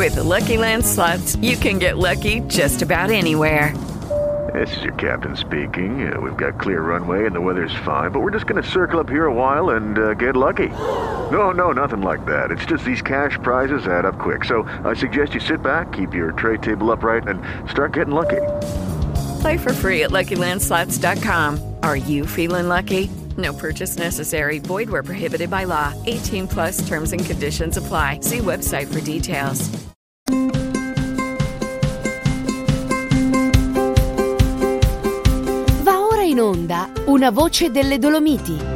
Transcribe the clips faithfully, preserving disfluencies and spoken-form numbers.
With the Lucky Land Slots, you can get lucky just about anywhere. This is your captain speaking. Uh, we've got clear runway and the weather's fine, but we're just going to circle up here a while and uh, get lucky. No, no, nothing like that. It's just these cash prizes add up quick. So I suggest you sit back, keep your tray table upright, and start getting lucky. Play for free at Lucky Land Slots dot com. Are you feeling lucky? No purchase necessary. Void where prohibited by law. eighteen plus terms and conditions apply. See website for details. Va ora in onda Una voce delle Dolomiti.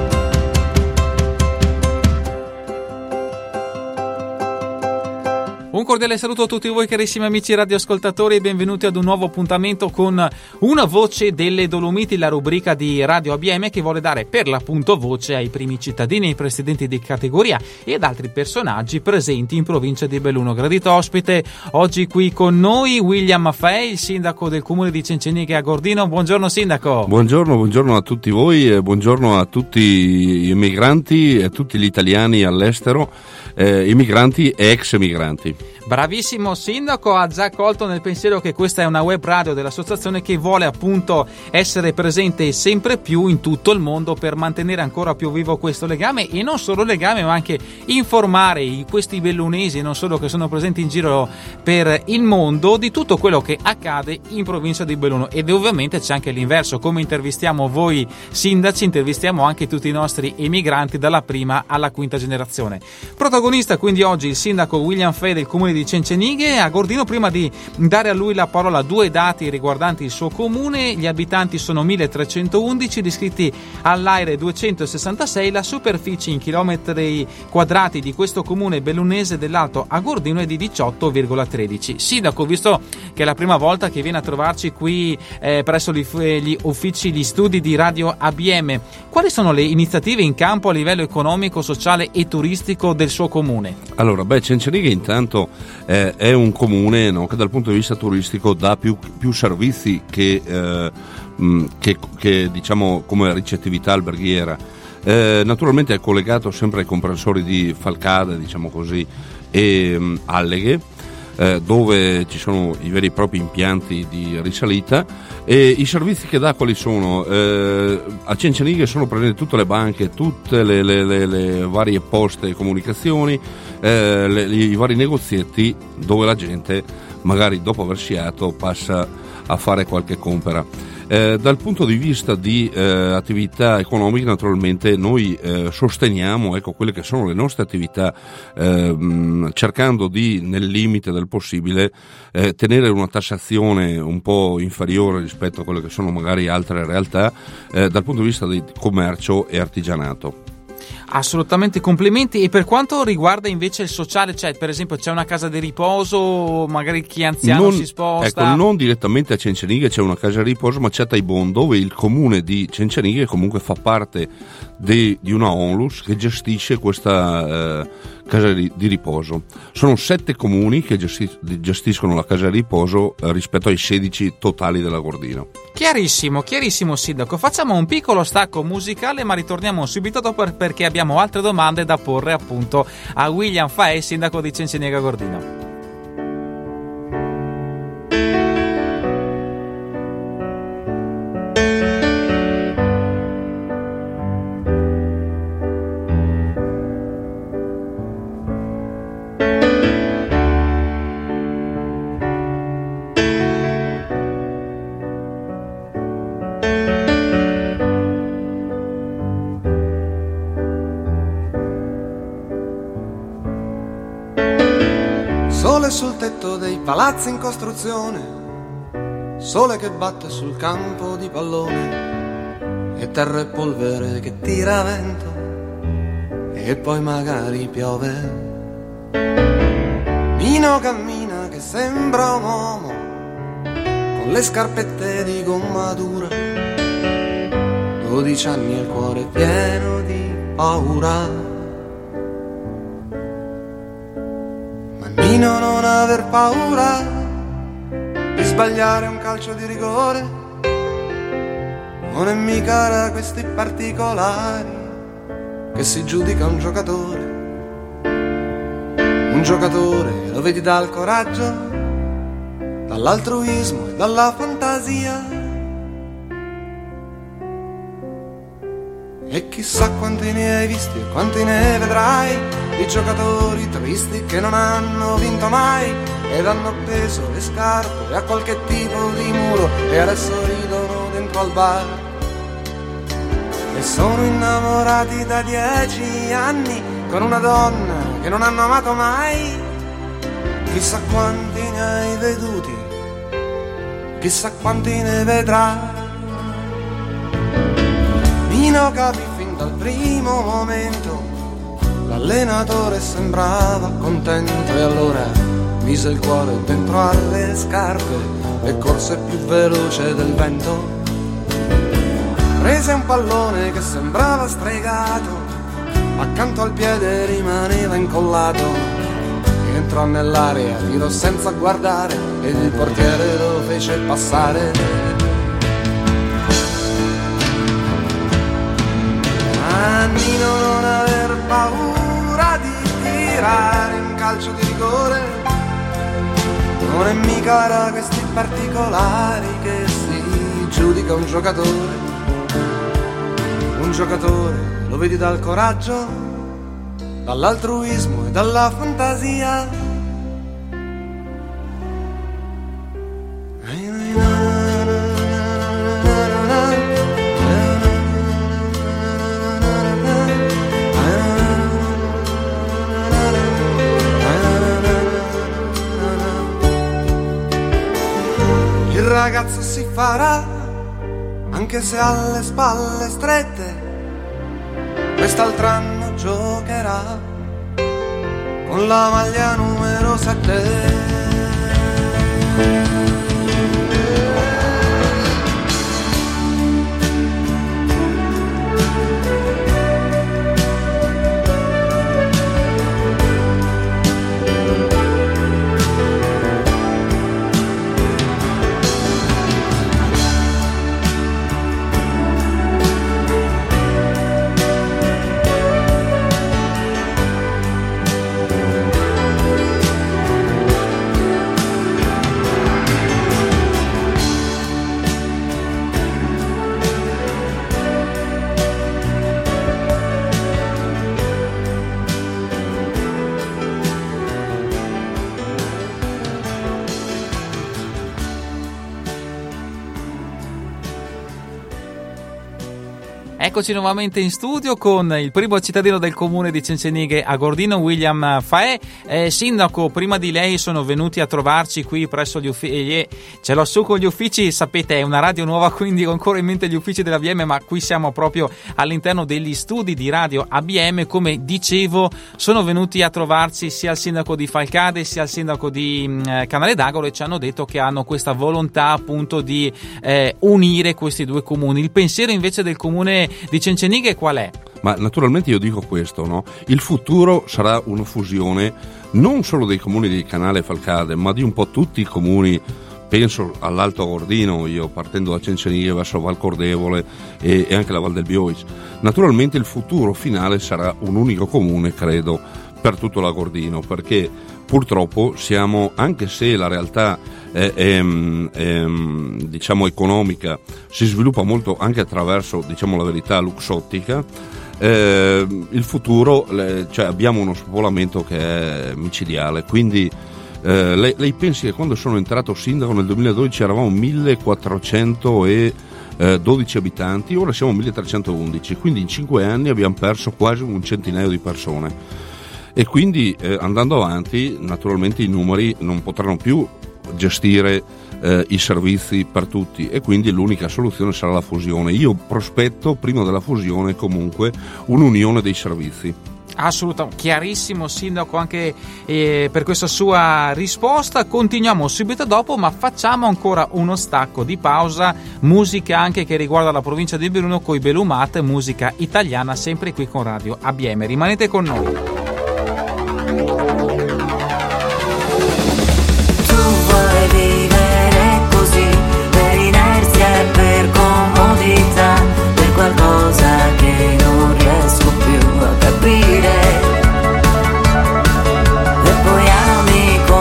Un cordiale saluto a tutti voi carissimi amici radioascoltatori e benvenuti ad un nuovo appuntamento con Una voce delle Dolomiti, la rubrica di Radio A B M che vuole dare per l'appunto voce ai primi cittadini, ai presidenti di categoria e ad altri personaggi presenti in provincia di Belluno. Gradito ospite oggi qui con noi William Maffei, il sindaco del comune di Cenceniche a Gordino. Buongiorno sindaco. Buongiorno, buongiorno a tutti voi e buongiorno a tutti gli immigranti e a tutti gli italiani all'estero, eh, immigranti e ex emigranti. Bravissimo sindaco, ha già colto nel pensiero che questa è una web radio dell'associazione che vuole appunto essere presente sempre più in tutto il mondo per mantenere ancora più vivo questo legame, e non solo legame ma anche informare questi bellunesi, non solo che sono presenti in giro per il mondo, di tutto quello che accade in provincia di Belluno. Ed ovviamente c'è anche l'inverso: come intervistiamo voi sindaci, intervistiamo anche tutti i nostri emigranti dalla prima alla quinta generazione. Protagonista quindi oggi il sindaco William Fei del comune di Cenceniche a Gordino. Prima di dare a lui la parola, due dati riguardanti il suo comune: gli abitanti sono milletrecentoundici, gli iscritti all'AIRE duecentosessantasei, la superficie in chilometri quadrati di questo comune bellunese dell'Alto a Gordino è di diciotto virgola tredici. Sindaco, visto che è la prima volta che viene a trovarci qui eh, presso gli, gli uffici, gli studi di Radio A B M, quali sono le iniziative in campo a livello economico, sociale e turistico del suo comune? Allora, beh, Cenceniche intanto eh, è un comune, no, che dal punto di vista turistico dà più, più servizi che, eh, mh, che, che diciamo come ricettività alberghiera. Eh, naturalmente è collegato sempre ai comprensori di Falcade, diciamo così, e mh, Alleghe, eh, dove ci sono i veri e propri impianti di risalita. E i servizi che dà quali sono? Eh, a Cenceniche sono presenti tutte le banche, tutte le, le, le, le varie poste e comunicazioni, eh, le, i vari negozietti dove la gente magari dopo aver sciato passa a fare qualche compera. Eh, dal punto di vista di eh, attività economiche, naturalmente noi eh, sosteniamo ecco, quelle che sono le nostre attività, eh, mh, cercando di, nel limite del possibile, eh, tenere una tassazione un po' inferiore rispetto a quelle che sono magari altre realtà, eh, dal punto di vista di commercio e artigianato. Assolutamente, complimenti. E per quanto riguarda invece il sociale, cioè per esempio c'è una casa di riposo, magari chi è anziano non, si sposta? Ecco, non direttamente a Cenceniche c'è una casa di riposo, ma c'è a Taibon, dove il comune di Cenceniche comunque fa parte di, di una onlus che gestisce questa eh, casa di, di riposo. Sono sette comuni che gestis, gestiscono la casa di riposo eh, rispetto ai sedici totali della Gordino. Chiarissimo, chiarissimo sindaco. Facciamo un piccolo stacco musicale ma ritorniamo subito dopo perché abbiamo altre domande da porre appunto a William Fei, sindaco di Cenceniche Gordino. Sole sul tetto dei palazzi in costruzione, sole che batte sul campo di pallone, e terra e polvere che tira vento, e poi magari piove. Nino cammina che sembra un uomo, con le scarpette di gomma dura, dodici anni e il cuore pieno di paura. Nino, non aver paura di sbagliare un calcio di rigore, non è mica da questi particolari che si giudica un giocatore. Un giocatore lo vedi dal coraggio, dall'altruismo e dalla fantasia. E chissà quanti ne hai visti e quanti ne vedrai, di giocatori tristi che non hanno vinto mai ed hanno appeso le scarpe a qualche tipo di muro e adesso ridono dentro al bar. E sono innamorati da dieci anni con una donna che non hanno amato mai. Chissà quanti ne hai veduti, chissà quanti ne vedrai. Mino capì fin dal primo momento, l'allenatore sembrava contento e allora mise il cuore dentro alle scarpe e corse più veloce del vento. Prese un pallone che sembrava stregato, accanto al piede rimaneva incollato. Entrò nell'area, tirò senza guardare ed il portiere lo fece passare. Ma Nino non aver paura di tirare un calcio di rigore, non è mica da questi particolari che si giudica un giocatore. Un giocatore lo vedi dal coraggio, dall'altruismo e dalla fantasia. Il ragazzo si farà anche se ha le spalle strette, quest'altro anno giocherà con la maglia numero sette. Eccoci nuovamente in studio con il primo cittadino del comune di Cencenighe Agordino, William Faè. Eh, sindaco, prima di lei sono venuti a trovarci qui presso gli uffici, ce l'ho su con gli uffici, sapete è una radio nuova quindi ho ancora in mente gli uffici della B M, ma qui siamo proprio all'interno degli studi di radio A B M. Come dicevo, sono venuti a trovarci sia il sindaco di Falcade sia il sindaco di eh, Canale d'Agoro e ci hanno detto che hanno questa volontà appunto di eh, unire questi due comuni. Il pensiero invece del comune di Cencenighe qual è? Ma naturalmente io dico questo, no? Il futuro sarà una fusione non solo dei comuni di Canale e Falcade, ma di un po' tutti i comuni. Penso all'Alto Agordino, io partendo da Cencenighe verso Val Cordevole e, e anche la Val del Biois. Naturalmente il futuro finale sarà un unico comune, credo, per tutto l'Agordino, perché purtroppo siamo, anche se la realtà è, è, è, diciamo economica si sviluppa molto anche attraverso, diciamo la verità, luxottica, eh, il futuro, cioè abbiamo uno spopolamento che è micidiale, quindi eh, lei, lei pensi che quando sono entrato sindaco nel duemiladodici eravamo millequattrocentododici abitanti, ora siamo milletrecentoundici, quindi in cinque anni abbiamo perso quasi un centinaio di persone. E quindi eh, andando avanti naturalmente i numeri non potranno più gestire eh, i servizi per tutti e quindi l'unica soluzione sarà la fusione. Io prospetto prima della fusione comunque un'unione dei servizi. Assolutamente, chiarissimo sindaco anche eh, per questa sua risposta. Continuiamo subito dopo, ma facciamo ancora uno stacco di pausa, musica anche che riguarda la provincia di Belluno coi Belumat, musica italiana sempre qui con Radio A B M. Rimanete con noi. Tu vuoi vivere così, per inerzia e per comodità, per qualcosa che non riesco più a capire, e poi ami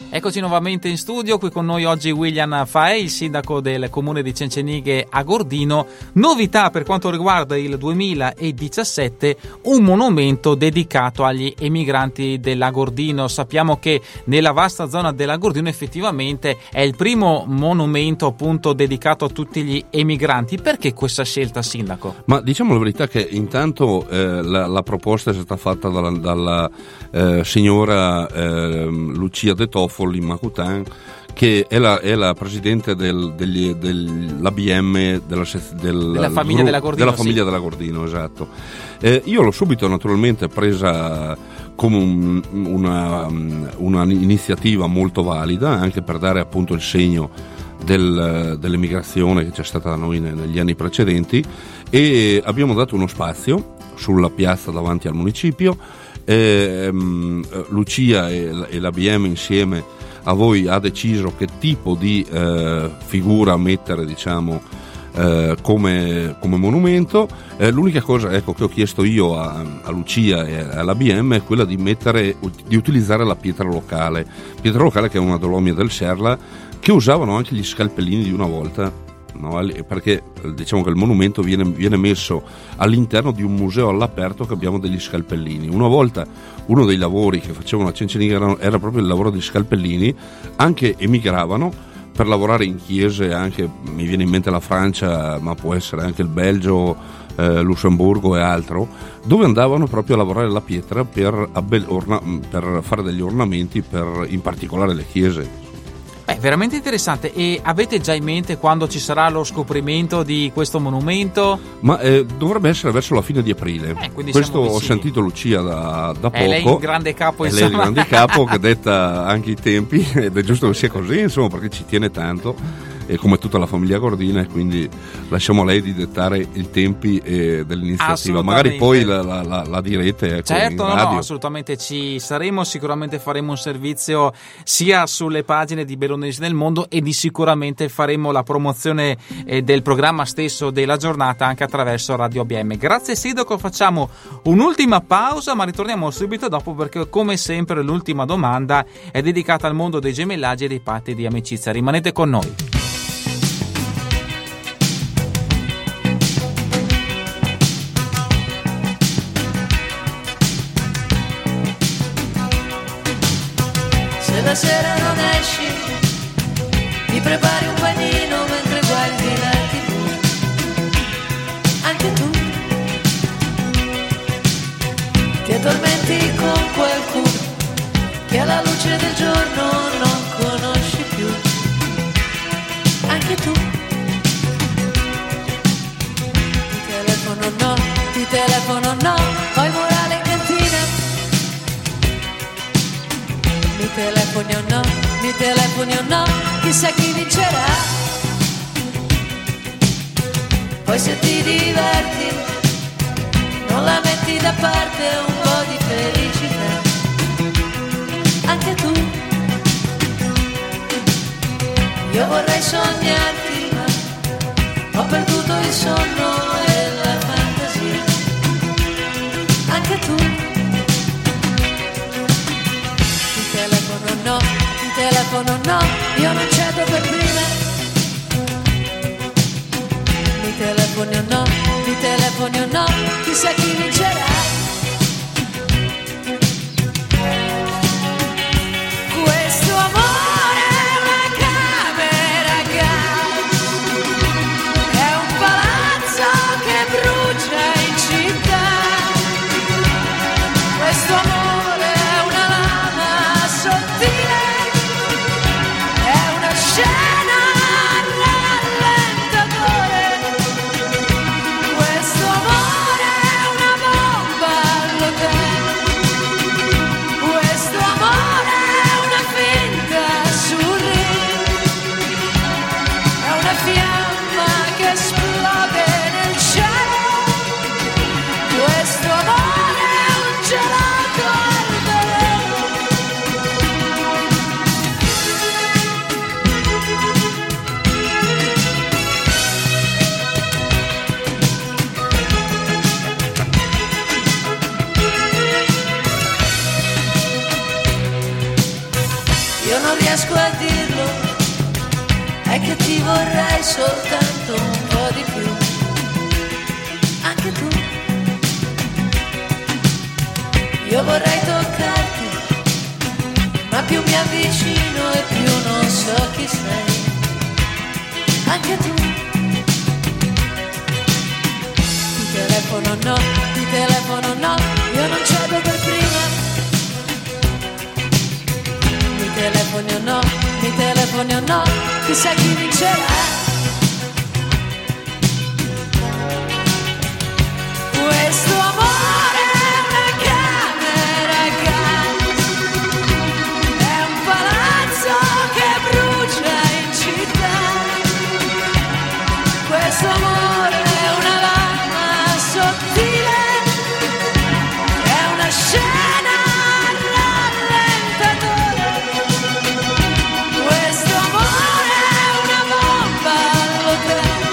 Eccoci nuovamente in studio, qui con noi oggi William Fae, il sindaco del comune di Cencenighe a Gordino. Novità per quanto riguarda il duemiladiciassette, un monumento dedicato agli emigranti della Gordino. Sappiamo che nella vasta zona della Gordino effettivamente è il primo monumento appunto dedicato a tutti gli emigranti. Perché questa scelta, sindaco? Ma diciamo la verità che intanto eh, la, la proposta è stata fatta dalla, dalla eh, signora eh, Lucia De Toffoli Macutan, che è la, è la presidente del, degli, dell'A B M della, del, della famiglia della Gordino, della famiglia sì. della Gordino, esatto. Eh, io l'ho subito naturalmente presa come un, una, una iniziativa molto valida, anche per dare appunto il segno del, dell'emigrazione che c'è stata da noi negli anni precedenti, e abbiamo dato uno spazio sulla piazza davanti al municipio. Eh, Lucia e, e l'A B M insieme a voi ha deciso che tipo di eh, figura mettere, diciamo, eh, come, come monumento. Eh, l'unica cosa, ecco, che ho chiesto io a, a Lucia e all'A B M è quella di mettere, di utilizzare la pietra locale, pietra locale che è una dolomia del Serla, che usavano anche gli scalpellini di una volta. No, perché diciamo che il monumento viene, viene messo all'interno di un museo all'aperto che abbiamo degli scalpellini. Una volta uno dei lavori che facevano a Cencenighe era, era proprio il lavoro dei scalpellini, anche emigravano per lavorare in chiese, anche mi viene in mente la Francia, ma può essere anche il Belgio, eh, Lussemburgo e altro, dove andavano proprio a lavorare la pietra per, abbell- orna- per fare degli ornamenti per in particolare le chiese. Beh, veramente interessante. E avete già in mente quando ci sarà lo scoprimento di questo monumento? Ma eh, dovrebbe essere verso la fine di aprile. Eh, Questo ho sentito Lucia da, da poco. È lei il grande capo, è insomma. lei il grande capo che detta anche i tempi, ed è giusto che sia così, insomma, perché ci tiene tanto, e come tutta la famiglia Gordina, e quindi lasciamo a lei di dettare i tempi eh, dell'iniziativa. Magari poi la, la, la, la direte, ecco, certo, in no, radio. no, assolutamente ci saremo, sicuramente faremo un servizio sia sulle pagine di Bellunesi nel Mondo, e di sicuramente faremo la promozione eh, del programma stesso della giornata anche attraverso Radio A B M. Grazie sindaco, facciamo un'ultima pausa ma ritorniamo subito dopo, perché come sempre l'ultima domanda è dedicata al mondo dei gemellaggi e dei patti di amicizia. Rimanete con noi. Se la sera non esci, ti prepari un panino mentre guardi la tivù. Anche tu ti addormenti con qualcuno che alla luce del giorno non conosci più. Anche tu ti telefono no, ti telefono no, ho il morale in cantina. Mi telefoni o no, mi telefoni o no, chissà chi vincerà. Poi se ti diverti, non la metti da parte un po' di felicità. Anche tu, io vorrei sognarti, ma ho perduto il sonno e la fantasia. Anche tu, no, ti telefono no, io non cedo per prima. Mi telefoni o no, mi telefoni o no, chissà chi vincerà. Questo amore è una camera gas, è un palazzo che brucia in città. Questo amore è una lama sottile, è una scena rallentatore. Questo amore è una bomba io non riesco a dirlo, è che ti vorrei soltanto un po' di più, anche tu. Io vorrei toccarti, ma più mi avvicino e più non so chi sei, anche tu. Ti telefono no, ti telefono no, io non cedo per prima. Mi telefoni o no, mi telefoni o no, chissà chi vincerà. Questo amore è una camera a gas, è un palazzo che brucia in città. Questo amore è una lama sottile, è una scena rallentatore. Questo amore è una bomba all'hotel.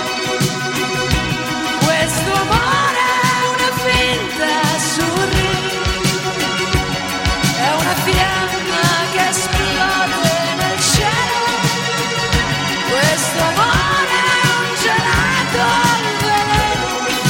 Questo amore è una finta surreal, è una fiamma che esplode nel cielo. Questo amore è un gelato al veleno.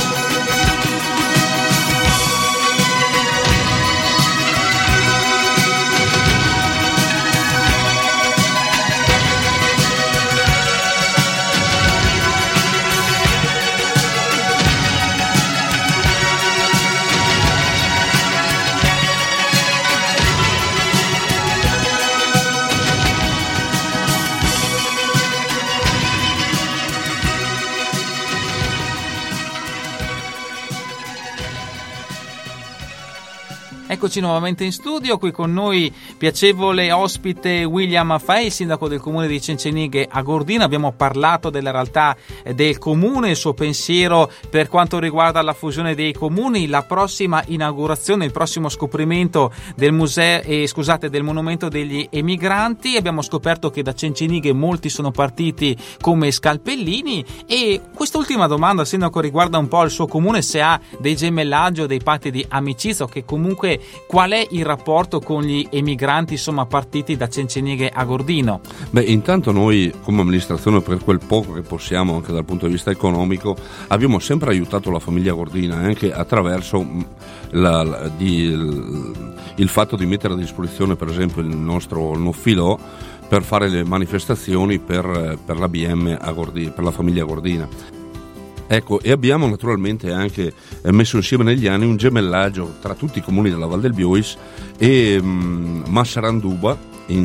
Eccoci nuovamente in studio, qui con noi piacevole ospite William Fay, sindaco del comune di Cencenighe a Gordino. Abbiamo parlato della realtà del comune, il suo pensiero per quanto riguarda la fusione dei comuni, la prossima inaugurazione, il prossimo scoprimento del museo, eh, scusate, del monumento degli emigranti. Abbiamo scoperto che da Cencenighe molti sono partiti come scalpellini, e quest'ultima domanda, sindaco, riguarda un po' il suo comune, se ha dei gemellaggi o dei patti di amicizia, o che comunque qual è il rapporto con gli emigranti, insomma, partiti da Cencenighe a Gordino? Beh, intanto noi come amministrazione, per quel poco che possiamo anche dal punto di vista economico, abbiamo sempre aiutato la famiglia Gordina, anche attraverso la, la, di, il, il fatto di mettere a disposizione per esempio il nostro Nofilò per fare le manifestazioni per, per la B M a Gordino, per la famiglia Gordina. Ecco, e abbiamo naturalmente anche messo insieme negli anni un gemellaggio tra tutti i comuni della Val del Biois e um, Massaranduba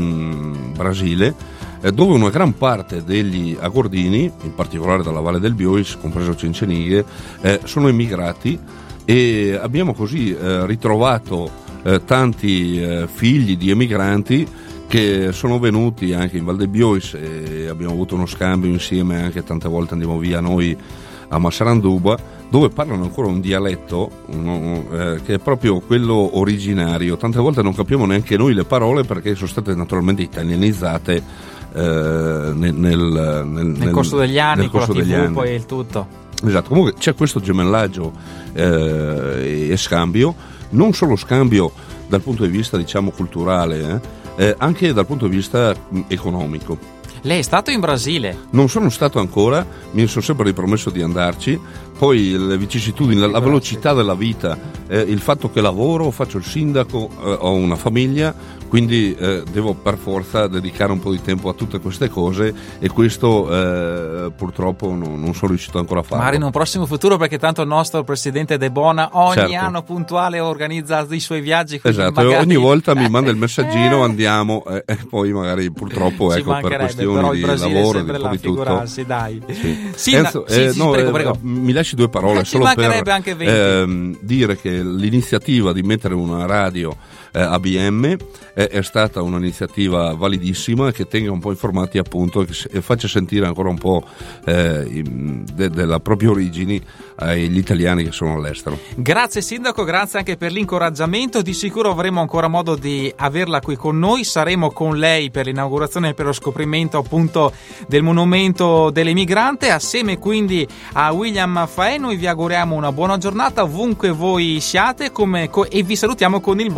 in Brasile, eh, dove una gran parte degli agordini, in particolare dalla Valle del Biois, compreso Cencenighe, eh, sono emigrati, e abbiamo così eh, ritrovato eh, tanti eh, figli di emigranti che sono venuti anche in Val del Biois, e abbiamo avuto uno scambio insieme, anche tante volte andiamo via noi a Massaranduba, dove parlano ancora un dialetto uno, eh, che è proprio quello originario. Tante volte non capiamo neanche noi le parole, perché sono state naturalmente italianizzate eh, nel, nel, nel, nel corso degli anni, con la tivù poi il tutto. Esatto, comunque c'è questo gemellaggio eh, e scambio, non solo scambio dal punto di vista, diciamo, culturale, eh, eh, anche dal punto di vista mh, economico. Lei è stato in Brasile? Non sono stato ancora, mi sono sempre ripromesso di andarci. Poi le vicissitudini, la, la velocità della vita, eh, il fatto che lavoro, faccio il sindaco, eh, ho una famiglia, quindi eh, devo per forza dedicare un po' di tempo a tutte queste cose, e questo eh, purtroppo non, non sono riuscito ancora a farlo. Magari in un prossimo futuro, perché tanto il nostro presidente De Bona ogni certo. anno puntuale organizza i suoi viaggi. Esatto, magari... ogni volta mi manda il messaggino, andiamo, e eh, poi magari purtroppo ecco, per questioni di lavoro, di, là, di tutto. Dai. Sì. Sì, Enzo, sì, eh, sì, no, prego, eh, prego. Mi lasci due parole eh, solo per anche ehm, dire che l'iniziativa di mettere una radio eh, A B M eh, è stata un'iniziativa validissima, che tenga un po' informati, appunto, e, e faccia sentire ancora un po' eh, de, della propria origini agli italiani che sono all'estero. Grazie sindaco, grazie anche per l'incoraggiamento. Di sicuro avremo ancora modo di averla qui con noi, saremo con lei per l'inaugurazione e per lo scoprimento appunto del monumento dell'emigrante, assieme quindi a William Fay. Noi vi auguriamo una buona giornata ovunque voi siate, come, co- e vi salutiamo con il motto della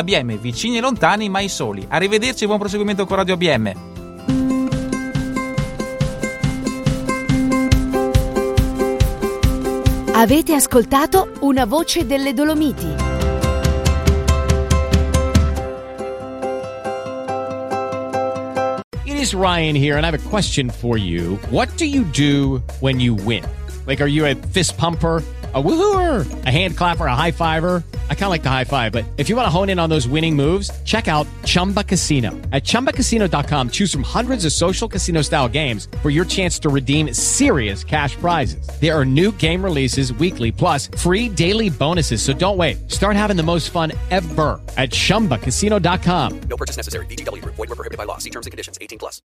A B M, vicini e lontani, mai soli. Arrivederci e buon proseguimento con Radio A B M. Avete ascoltato Una voce delle Dolomiti. It is Ryan here, and I have a question for you. What do you do when you win? Like, are you a fist pumper, a woohooer, a hand clapper, a high fiver? I kind of like the high five, but if you want to hone in on those winning moves, check out Chumba Casino. At chumba casino dot com, choose from hundreds of social casino style games for your chance to redeem serious cash prizes. There are new game releases weekly, plus free daily bonuses. So don't wait. Start having the most fun ever at chumba casino dot com. No purchase necessary. V G W Group. Void where prohibited by law. See terms and conditions. eighteen plus.